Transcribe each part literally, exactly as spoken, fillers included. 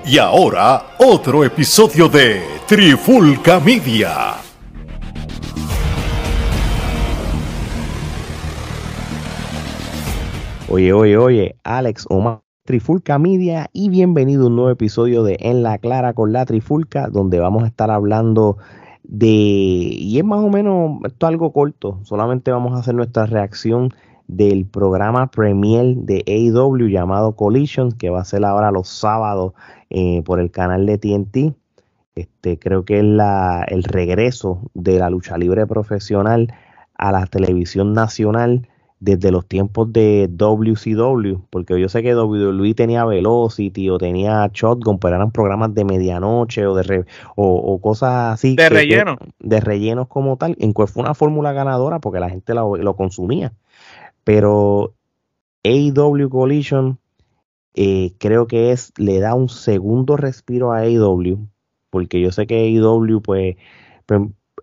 Y ahora, otro episodio de Trifulca Media. Oye, oye, oye, Alex Omar, Trifulca Media, y bienvenido a un nuevo episodio de En la Clara con la Trifulca, donde vamos a estar hablando de, y es más o menos, esto es algo corto, solamente vamos a hacer nuestra reacción del programa premier de A E W llamado Collision, que va a ser ahora los sábados eh, por el canal de T N T. Este, creo que es la, el regreso de la lucha libre profesional a la televisión nacional desde los tiempos de W C W, porque yo sé que W W E tenía Velocity o tenía Shotgun, pero eran programas de medianoche o de re, o, o cosas así. De que, relleno. De rellenos como tal, en cual fue una fórmula ganadora porque la gente lo, lo consumía. Pero A E W Collision eh, creo que es, le da un segundo respiro a A E W, porque yo sé que A E W pues, pues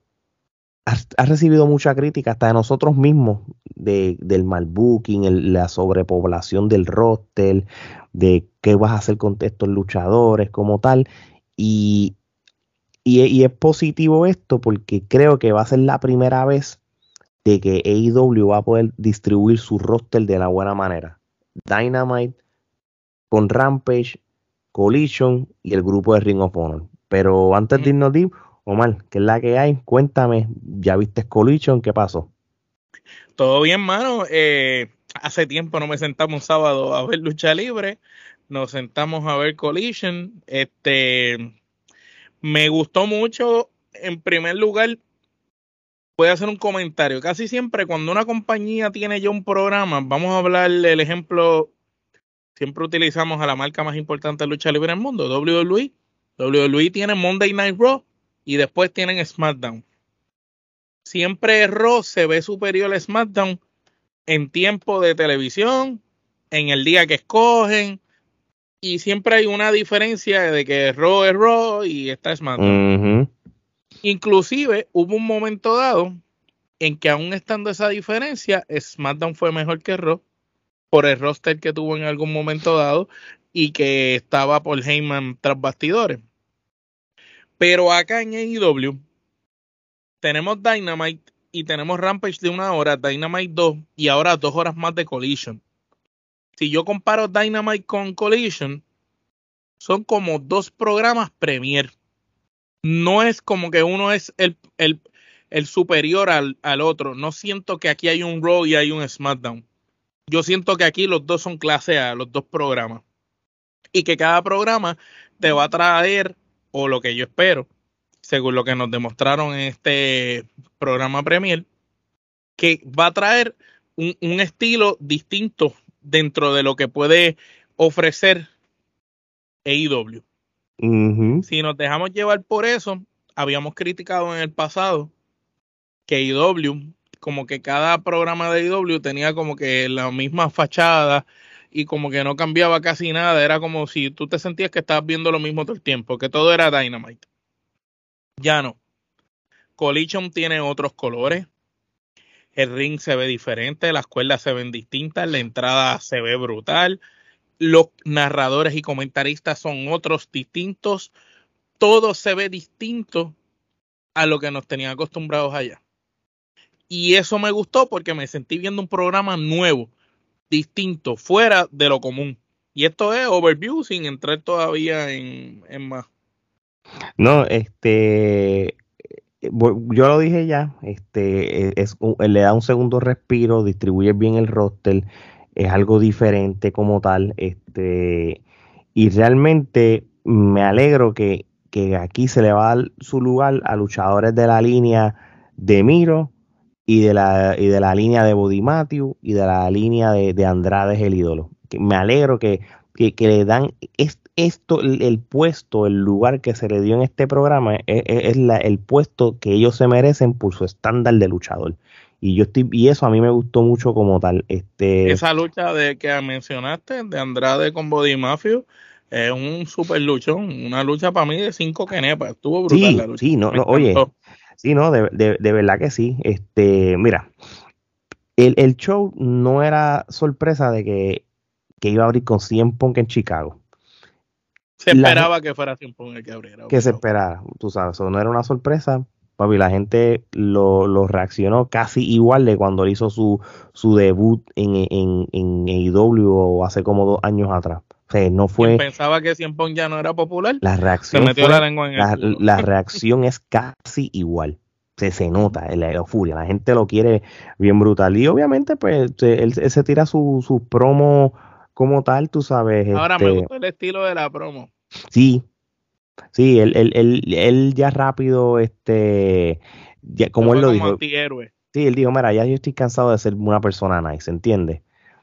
ha, ha recibido mucha crítica hasta de nosotros mismos, de, del mal booking, el, la sobrepoblación del roster, de qué vas a hacer con estos luchadores como tal, y, y, y es positivo esto porque creo que va a ser la primera vez de que A E W va a poder distribuir su roster de la buena manera. Dynamite con Rampage, Collision y el grupo de Ring of Honor. Pero antes de irnos, Deep, Omar, ¿qué es la que hay? Cuéntame, ¿ya viste Collision? ¿Qué pasó? Todo bien, mano. Eh, hace tiempo no me sentamos un sábado a ver lucha libre. Nos sentamos a ver Collision. Este, me gustó mucho. En primer lugar, voy a hacer un comentario. Casi siempre cuando una compañía tiene ya un programa, vamos a hablar del ejemplo, siempre utilizamos a la marca más importante de lucha libre en el mundo, W W E. W W E tiene Monday Night Raw y después tienen SmackDown. Siempre Raw se ve superior a SmackDown en tiempo de televisión, en el día que escogen, y siempre hay una diferencia de que Raw es Raw y está SmackDown. Uh-huh. Inclusive hubo un momento dado en que aún estando esa diferencia, SmackDown fue mejor que Raw por el roster que tuvo en algún momento dado y que estaba Paul Heyman tras bastidores. Pero acá en A E W tenemos Dynamite y tenemos Rampage de una hora, Dynamite dos y ahora dos horas más de Collision. Si yo comparo Dynamite con Collision, son como dos programas premier. No es como que uno es el, el, el superior al, al otro. No siento que aquí hay un Raw y hay un SmackDown. Yo siento que aquí los dos son clase A, los dos programas. Y que cada programa te va a traer, o lo que yo espero, según lo que nos demostraron en este programa premier, que va a traer un, un estilo distinto dentro de lo que puede ofrecer A E W. Uh-huh. Si nos dejamos llevar por eso, habíamos criticado en el pasado que A E W, como que cada programa de A E W tenía como que la misma fachada y como que no cambiaba casi nada. Era como si tú te sentías que estabas viendo lo mismo todo el tiempo, que todo era Dynamite. Ya no. Collision tiene otros colores. El ring se ve diferente, las cuerdas se ven distintas, la entrada se ve brutal. Los narradores y comentaristas son otros distintos. Todo se ve distinto a lo que nos tenían acostumbrados allá. Y eso me gustó porque me sentí viendo un programa nuevo, distinto, fuera de lo común. Y esto es overview sin entrar todavía en, en más. No, este, yo lo dije ya, este, es, un, le da un segundo respiro, distribuye bien el roster, es algo diferente como tal, este, y realmente me alegro que, que aquí se le va a dar su lugar a luchadores de la línea de Miro y de la, y de la línea de Buddy Matthews y de la línea de, de Andrade es el ídolo. Que me alegro que, que, que le dan es, esto, el, el puesto, el lugar que se le dio en este programa es, es, es la, el puesto que ellos se merecen por su estándar de luchador. Y yo estoy, y eso a mí me gustó mucho como tal. Este, Esa lucha de que mencionaste, de Andrade con Buddy Matthews, es un super luchón, una lucha para mí de cinco quenepas. Estuvo brutal sí, la lucha. sí, no, Me no, oye, sí, no, de, de, de verdad que sí. Este, mira, el, el show no era sorpresa de que, que iba a abrir con C M Punk en Chicago. Se la esperaba que fuera C M Punk el que abriera. que se esperara, tú sabes, eso no era una sorpresa, papi, la gente lo, lo reaccionó casi igual de cuando él hizo su, su debut en, en, en A E W hace como dos años atrás. O sea, no Quien fue, pensaba que C M Punk ya no era popular, la se reacción metió fue, la lengua en el la, culo. la reacción es casi igual. Se, se nota la euforia, la gente lo quiere bien brutal. Y obviamente, pues, se- él, él se tira su, su promo como tal, tú sabes, Ahora me este, gustó el estilo de la promo. sí, sí, él, él, él, él ya rápido, este, ya, Se como él fue lo como dijo, antihéroe. sí, él dijo, mira, ya yo estoy cansado de ser una persona nice, ¿entiendes?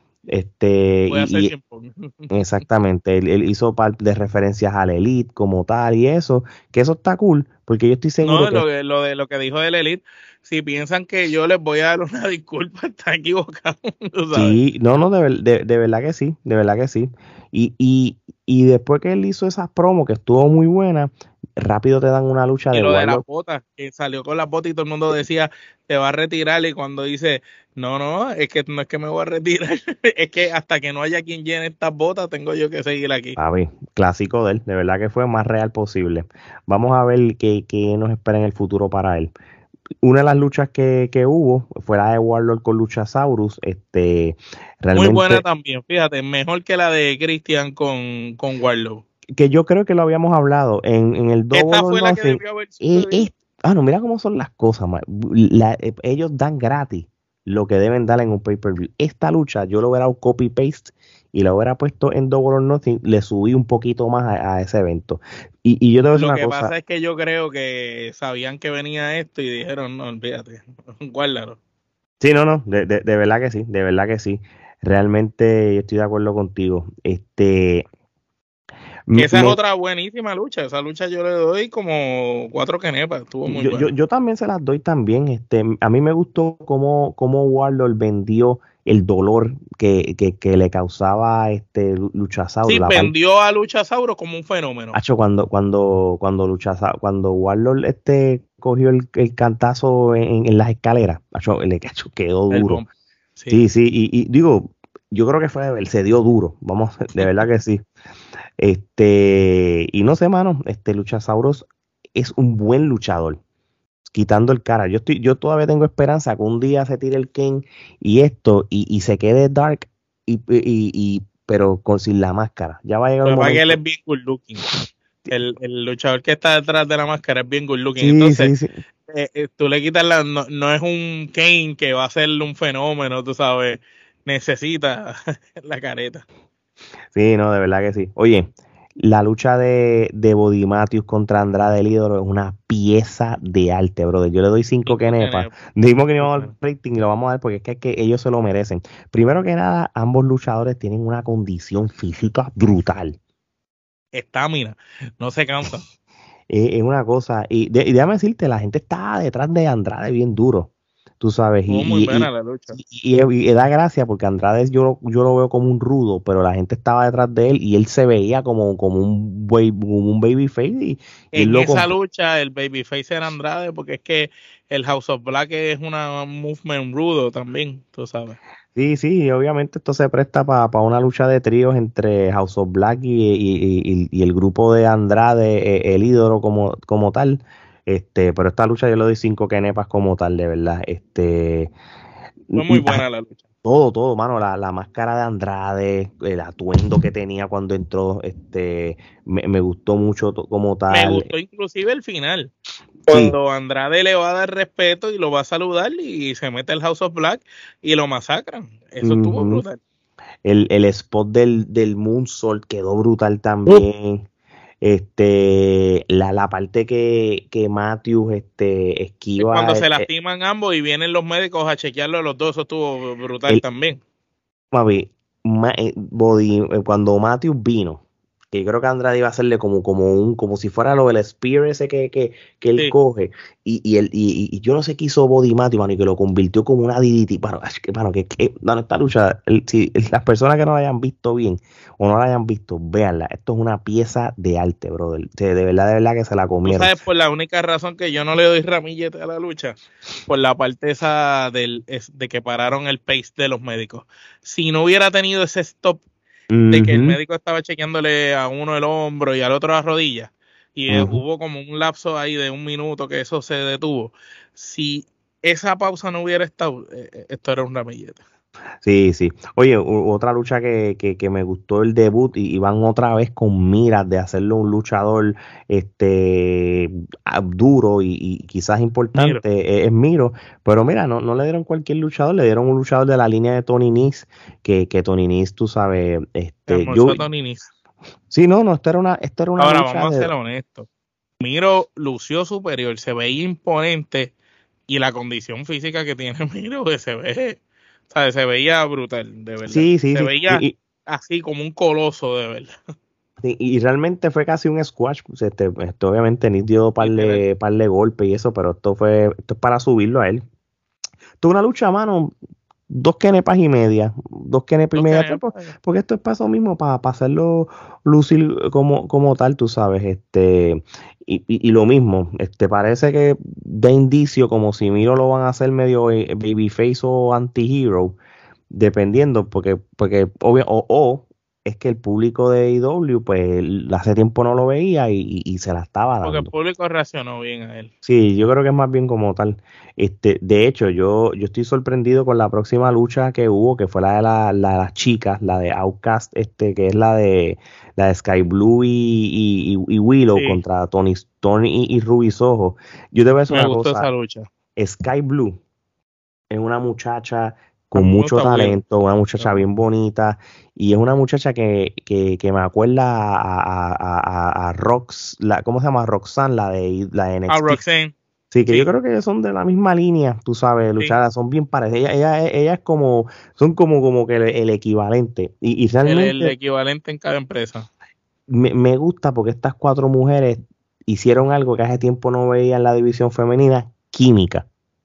Este, Voy a hacer y, C M Punk. y exactamente, él, él hizo parte de referencias a la Elite como tal y eso, que eso está cool, porque yo estoy seguro No, que lo, que- lo de lo que dijo del Elite, si piensan que yo les voy a dar una disculpa, están equivocados, tú sabes. sí, no, no, de, ver- de, de verdad que sí, de verdad que sí. Y, y, y después que él hizo esas promos, que estuvo muy buena, rápido te dan una lucha Y de lo de las Warlock. botas, que salió con las botas y todo el mundo decía, te va a retirar. Y cuando dice, no, no, es que no es que me voy a retirar, es que hasta que no haya quien llene estas botas, tengo yo que seguir aquí. Papi, clásico de él, de verdad que fue más real posible. Vamos a ver qué, qué nos espera en el futuro para él. Una de las luchas que, que hubo fue la de Warlord con Luchasaurus. Este, Muy buena realmente, también, fíjate, mejor que la de Christian con, con Warlow. que yo creo que lo habíamos hablado en, en el Double Esta or fue la que Nothing. debió haber eh, sucedido. es- ah, no, mira cómo son las cosas, ma. La- eh, ellos dan gratis lo que deben dar en un pay-per-view. Esta lucha yo lo hubiera dado copy-paste y la hubiera puesto en Double or Nothing, le subí un poquito más a, a ese evento. Y, y yo te voy a decir Lo una que cosa. pasa es que yo creo que sabían que venía esto y dijeron, no, olvídate, guárdalo. Sí, no, no, de, de, de verdad que sí, de verdad que sí. Realmente estoy de acuerdo contigo. Este, Que m- esa es me, otra buenísima lucha. Esa lucha yo le doy como cuatro quenepas. Estuvo muy yo, yo, buena. yo también se las doy también. Este, a mí me gustó cómo, cómo Warlord vendió el dolor que, que, que le causaba este Lu- Luchasaurus. Sí, La parte, vendió a Luchasauro como un fenómeno. hacho, cuando, cuando, cuando Luchasa- cuando Warlord este cogió el, el cantazo en, en las escaleras, hacho, le hacho, quedó El duro. bomb. Sí. Sí, sí, y, y digo, yo creo que fue, él se dio duro, vamos, de verdad que sí. Este, y no sé, mano, este Luchasaurus es un buen luchador, quitando el cara. Yo estoy, yo todavía tengo esperanza que un día se tire el Ken y esto, y, y se quede Dark, y, y, y- pero con sin la máscara. Ya va a llegar Lo un que pasa es que él momento. es bien good looking. El, el luchador que está detrás de la máscara es bien good looking. Sí, Entonces, sí, sí. eh, eh, tú le quitas la. No, no es un Kane que va a ser un fenómeno, tú sabes. Necesita la careta. Sí, no, de verdad que sí. Oye, la lucha de, de Body Matthews contra Andrade el ídolo es una pieza de arte, brother. Yo le doy cinco Cinco kenepas. kenepas. Dijimos que no Muy íbamos a bueno. dar rating y lo vamos a dar porque es que, es que ellos se lo merecen. Primero que nada, ambos luchadores tienen una condición física brutal. Estamina. No se cansan. Eh, es una cosa, y, de- y déjame decirte, la gente está detrás de Andrade bien duro, tú sabes, y, Estuvo muy y, buena y, la lucha. y- y- y da gracia porque Andrade yo, lo- yo lo veo como un rudo, pero la gente estaba detrás de él y él se veía como, como un, baby, como un babyface y, y él En lo esa comp- lucha, el babyface era Andrade, porque es que el House of Black es una movement rudo también, tú sabes. Sí, sí, y obviamente esto se presta para una lucha de tríos entre House of Black y, y- y- y el grupo de Andrade, eh, el ídolo como, como tal. Este, pero esta lucha yo le doy cinco kenepas como tal, de verdad. Este, Fue muy buena la lucha. todo, todo, mano, la, la máscara de Andrade, el atuendo que tenía cuando entró, este, me, me gustó mucho to- como Me tal. gustó inclusive el final, Sí, cuando Andrade le va a dar respeto y lo va a saludar y se mete el House of Black y lo masacran. Eso estuvo ujú. brutal. El, el spot del, del Moonsault quedó brutal también. Este, la, la parte que, que Matthews este, Es esquiva cuando el, se lastiman ambos y vienen los médicos a chequearlo a los dos, eso estuvo brutal el, también. Mavi, ma- eh, body- eh, cuando Matthews vino, que yo creo que Andrade iba a hacerle como, como un, como si fuera lo del spear ese que, que, que él Sí. coge, y, y, él, y, y yo no sé qué hizo Body Matthews, mano, y que lo convirtió como una D D T. Bueno, es que, mano, que, que mano, esta lucha, el- si las personas que no la hayan visto bien o no la hayan visto, véanla. Esto es una pieza de arte, brother. De, de verdad, de verdad que se la Tú comieron. sabes por la única razón que yo no le doy ramillete a la lucha, por la parte esa del, es- de que pararon el pace de los médicos. Si no hubiera tenido ese stop de uh-huh. que el médico estaba chequeándole a uno el hombro y al otro la rodilla, y uh-huh. hubo como un lapso ahí de un minuto que eso se detuvo. Si esa pausa no hubiera estado, eh, esto era un ramillete. Sí, sí. Oye, u- otra lucha que, que, que me gustó el debut y, y van otra vez con miras de hacerlo un luchador este duro y, y quizás importante, Miro. Es, es Miro, pero mira, no, no le dieron cualquier luchador, le dieron un luchador de la línea de Tony Nese, que, que Tony Nese, tú sabes, este, yo, Tony Nese. Sí, no, no, esto era una, esto era una Ahora, lucha vamos de... a ser honestos. Miro lució superior, se veía imponente y la condición física que tiene Miro que se ve, o sea, se veía brutal, de verdad. Sí, sí, se sí. veía y, así como un coloso, de verdad. Y, y realmente fue casi un squash. Pues este, esto obviamente ni dio par de, par de golpes y eso, pero esto fue, esto es para subirlo a él. Esto es una lucha, mano, dos kenepas y media, dos kenepas y media, porque, porque esto es para eso mismo, para, para hacerlo lucir como, como tal, tú sabes, este, y, y, y lo mismo, este, parece que da indicio como si Miro lo van a hacer medio babyface o anti-hero, dependiendo, porque, porque obvio, o, o es que el público de A E W, pues hace tiempo no lo veía y, y, y se la estaba dando. Porque el público reaccionó bien a él. Sí, yo creo que es más bien como tal. Este, de hecho, yo, yo estoy sorprendido con la próxima lucha que hubo, que fue la de la, la de las chicas, la de Outcast, este, que es la de la de Sky Blue y, y, y Willow sí. contra Tony Storm y, y Ruby Soho. Yo te voy a decir Me una gustó cosa. Esa lucha. Sky Blue es una muchacha con mucho talento, Will. Una muchacha uh-huh. bien bonita, y es una muchacha que, que, que me acuerda a, a, a, a Rox, la, ¿cómo se llama? Roxanne, la de, la de N X T. A Roxanne. Sí, que sí. yo creo que son de la misma línea, tú sabes, luchadas, sí. son bien parecidas. Ella, ella, ella es como, son como, como que el, el equivalente. Y, y realmente. El, el equivalente en cada empresa. Me, me gusta porque estas cuatro mujeres hicieron algo que hace tiempo no veía en la división femenina: química.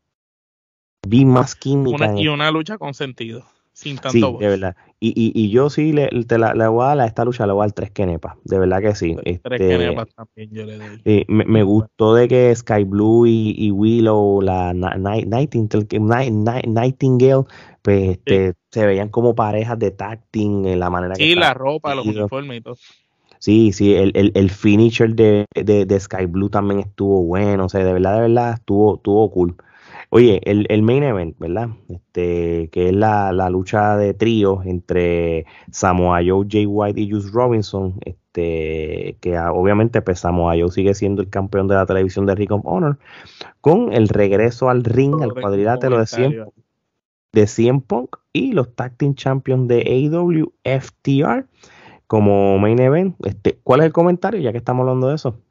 Vi más química. Una, y una lucha con sentido, sin tanto Sí, voz. de verdad. Y, y, y yo sí le, te la, le voy a dar a esta lucha, le voy a dar tres kenepas. De verdad que sí. Tres este, kenepas también yo le doy. Eh, me, me gustó de que Sky Blue y, y Willow, la Night, Nightingale, Night, Nightingale, pues este, sí. se veían como parejas de tag team en la manera sí, que Sí, la ropa, los uniformes y todo. Sí, sí, el, el, el finisher de, de, de Sky Blue también estuvo bueno, o sea, de verdad, de verdad, estuvo, estuvo cool. Oye, el, el main event, ¿verdad? Este, que es la, la lucha de tríos entre Samoa Joe, Jay White y Juice Robinson, este, que obviamente pues Samoa Joe sigue siendo el campeón de la televisión de Ring of Honor, con el regreso al ring, al cuadrilátero de C M, de C M Punk y los Tag Team Champions de A E W, F T R, como main event. Este, ¿cuál es el comentario, ya que estamos hablando de eso?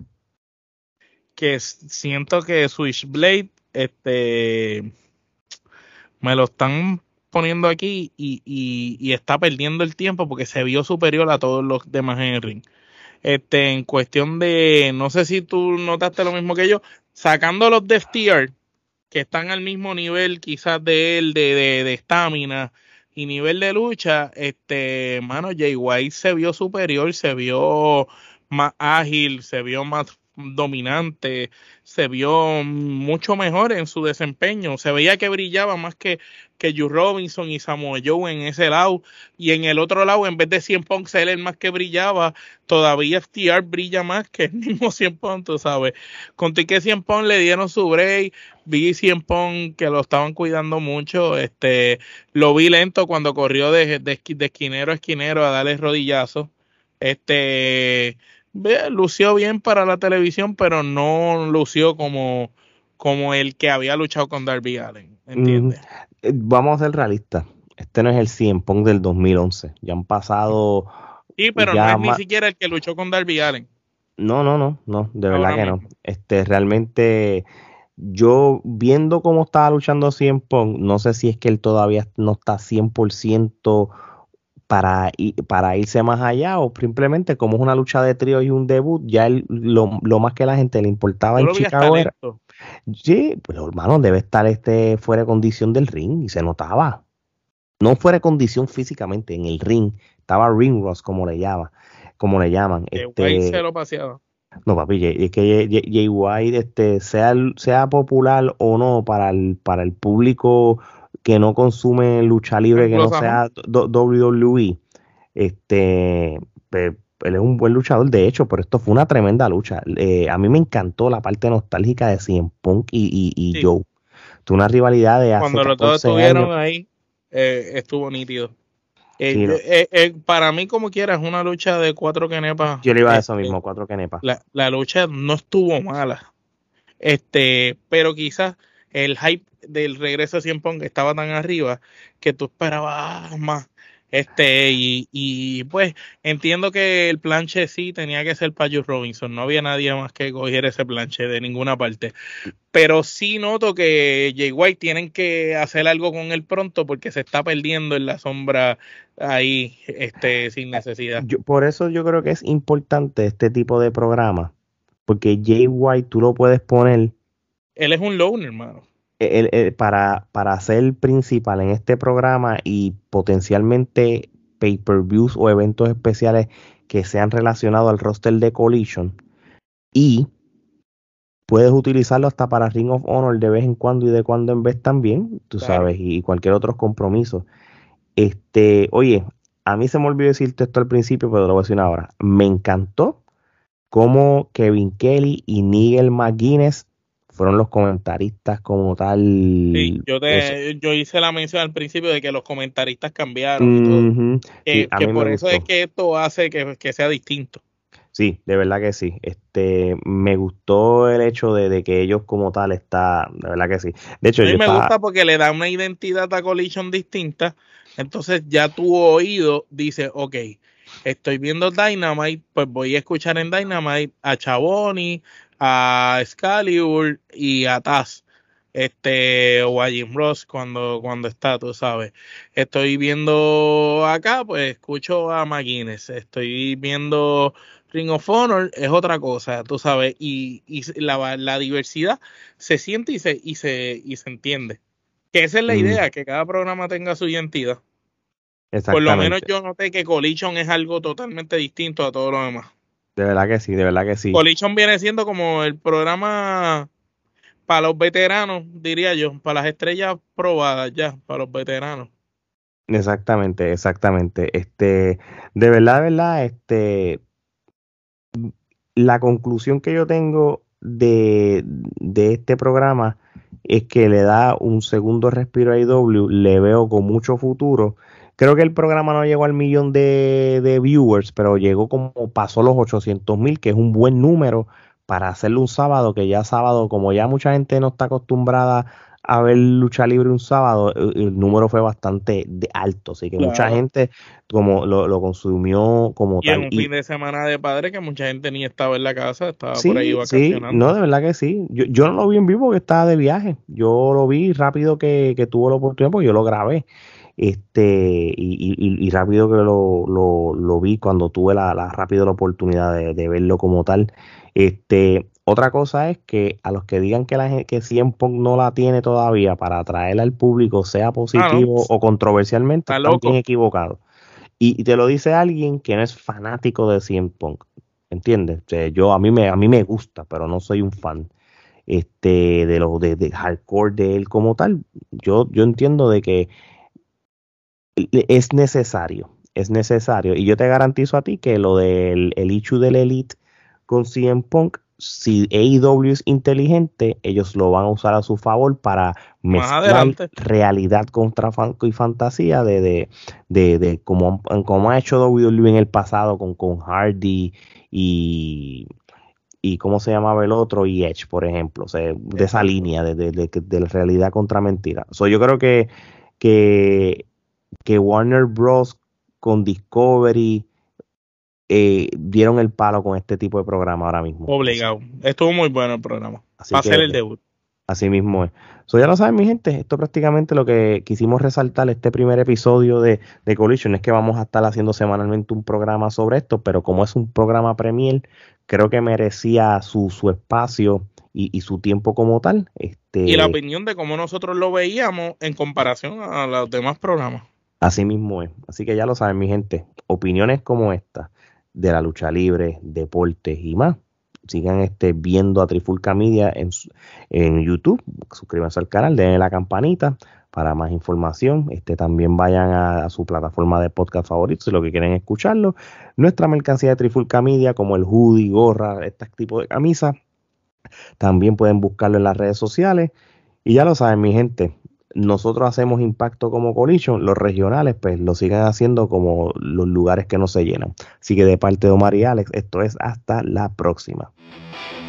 Que siento que Switchblade este me lo están poniendo aquí y, y, y está perdiendo el tiempo porque se vio superior a todos los demás en el ring. Este, en cuestión de, no sé si tú notaste lo mismo que yo, sacando los de F T R, que están al mismo nivel quizás de él, de estamina de, y nivel de lucha, este, mano, Jay White se vio superior, se vio más ágil, se vio más dominante, se vio mucho mejor en su desempeño, se veía que brillaba más que, que Juice Robinson y Samoa Joe en ese lado, y en el otro lado, en vez de C M Punk ser el más que brillaba, todavía F T R brilla más que el mismo C M Punk, tú sabes. Conté que C M Punk le dieron su break, vi C M Punk que lo estaban cuidando mucho, este, lo vi lento cuando corrió de, de, de esquinero a esquinero a darle rodillazo, este... lució bien para la televisión, pero no lució como, como el que había luchado con Darby Allin, ¿entiendes? Mm, vamos a ser realistas. Este no es el C M Punk del dos mil once. Ya han pasado... Sí, pero no es ni siquiera el que luchó con Darby Allin. No, no, no, no, de verdad Ahora que mismo. no. Este, realmente, yo viendo cómo estaba luchando C M Punk, no sé si es que él todavía no está cien por ciento para, para irse más allá, o simplemente como es una lucha de trío y un debut, ya él, lo, lo más que a la gente le importaba en Chicago era, sí, pues hermano, debe estar este fuera de condición del ring, y se notaba, no fuera de condición físicamente, en el ring, estaba ring rust como le llama, como le llaman. Que este, White se lo paseaba. No, papi, es que Jay White, este, sea, sea popular o no para el, para el público que no consume lucha libre, que no sea W W E, Este, pues, él es un buen luchador, de hecho, pero esto fue una tremenda lucha. Eh, a mí me encantó la parte nostálgica de C M Punk y, y, y Sí. Joe. Tuvo una rivalidad de hace Cuando los dos catorce estuvieron años. ahí, eh, estuvo nítido. Eh, Sí, no. eh, eh, para mí, como quiera, es una lucha de cuatro kenepas. Yo le iba a eso Este, mismo, cuatro kenepas. la, la lucha no estuvo mala. Este, pero quizás el hype del regreso de C M Punk estaba tan arriba que tú esperabas más. Este, y, y pues entiendo que el planche sí tenía que ser para Juice Robinson, no había nadie más que cogiera ese planche de ninguna parte. Pero sí noto que Jay White tienen que hacer algo con él pronto porque se está perdiendo en la sombra ahí, este, sin necesidad. Yo, por eso yo creo que es importante este tipo de programa, porque Jay White tú lo puedes poner Él es un loner, hermano. el- el- para, para ser principal en este programa y potencialmente pay-per-views o eventos especiales que sean relacionados al roster de Collision, y puedes utilizarlo hasta para Ring of Honor de vez en cuando y de cuando en vez también, tú Claro. sabes, y cualquier otro compromiso. Este, oye, a mí se me olvidó decirte esto al principio, pero lo voy a decir ahora. Me encantó cómo Kevin Kelly y Nigel McGuinness fueron los comentaristas como tal. Sí, yo Eso. te, yo hice la mención al principio de que los comentaristas cambiaron y todo. Ujú. Que, Sí, a que mí por me eso gustó. es que esto hace que, que sea distinto. Sí, de verdad que sí. Este, me gustó el hecho de, de que ellos como tal está, de verdad que sí. De hecho, A mí yo me estaba, gusta porque le da una identidad a Collision distinta. Entonces ya tu oído dice, ok, estoy viendo Dynamite, pues voy a escuchar en Dynamite a Chaboni, a Excalibur y a Taz. Este, o a Jim Ross cuando, cuando está, tú sabes. Estoy viendo acá, pues escucho a McGuinness. Estoy viendo Ring of Honor, es otra cosa, tú sabes. Y, y la, la diversidad se siente y se, y se, y se entiende. Que esa es la mm, idea, que cada programa tenga su identidad. Por lo menos exactamente. yo noté que Collision es algo totalmente distinto a todo lo demás. De verdad que sí, de verdad que sí. Collision viene siendo como el programa para los veteranos, diría yo, para las estrellas probadas ya, para los veteranos. Exactamente, exactamente. Este, de verdad, de verdad, este, la conclusión que yo tengo de, de este programa es que le da un segundo respiro a I W, le veo con mucho futuro. Creo que el programa no llegó al millón de, de viewers, pero llegó como pasó los ochocientos mil, que es un buen número para hacerlo un sábado, que ya sábado, como ya mucha gente no está acostumbrada a ver lucha libre un sábado, el, el número fue bastante de alto, así que mucha Claro. gente como lo, lo consumió como Y en tal. un Y, fin de semana de padre que mucha gente ni estaba en la casa, estaba por ahí sí, sí, vacacionando. no, de verdad que sí. Yo, yo no lo vi en vivo porque estaba de viaje. Yo lo vi rápido que, que tuvo la oportunidad porque yo lo grabé. Este, y, y, y rápido que lo, lo, lo vi cuando tuve la, la rápido la oportunidad de, de verlo como tal. Este, otra cosa es que a los que digan que la gente, que C M Punk no la tiene todavía para atraer al público, sea Ah, no, positivo o controversialmente, está están bien loco. equivocados. Y, y te lo dice alguien que no es fanático de C M Punk. ¿Entiendes? O sea, yo a mí me a mí me gusta, pero no soy un fan este de lo de, de hardcore de él como tal. Yo yo entiendo de que es necesario, es necesario y yo te garantizo a ti que lo del el issue del Elite con C M Punk, si A E W es inteligente, ellos lo van a usar a su favor para Más mezclar adelante. realidad contra fan y fantasía de, de, de, de como, como ha hecho W W E en el pasado con, con Hardy y, y cómo se llamaba el otro y Edge, por ejemplo, o sea, de esa Exacto. línea de, de, de, de la realidad contra mentira. So, yo creo que, que, que Warner Bros. Con Discovery eh, dieron el palo con este tipo de programa ahora mismo. Obligado. Estuvo muy bueno el programa. Así Va a ser que el debut. así mismo es. So, ya lo saben, mi gente, esto prácticamente lo que quisimos resaltar este primer episodio de, de Collision es que vamos a estar haciendo semanalmente un programa sobre esto, pero como es un programa premier, creo que merecía su, su espacio y, y su tiempo como tal. Este, Y la opinión de cómo nosotros lo veíamos en comparación a los demás programas. Así mismo es. Así que ya lo saben, mi gente. Opiniones como esta de la lucha libre, deportes y más. Sigan este, viendo a Trifulca Media en, su- en YouTube. Suscríbanse al canal, denle la campanita para más información. Este, también vayan a, a su plataforma de podcast favorito si lo que quieren escucharlo. Nuestra mercancía de Trifulca Media, como el hoodie, gorra, este tipo de camisas, también pueden buscarlo en las redes sociales. Y ya lo saben, mi gente, nosotros hacemos impacto como Collision, los regionales pues lo siguen haciendo como los lugares que no se llenan. Así que de parte de Omar y Alex, esto es hasta la próxima.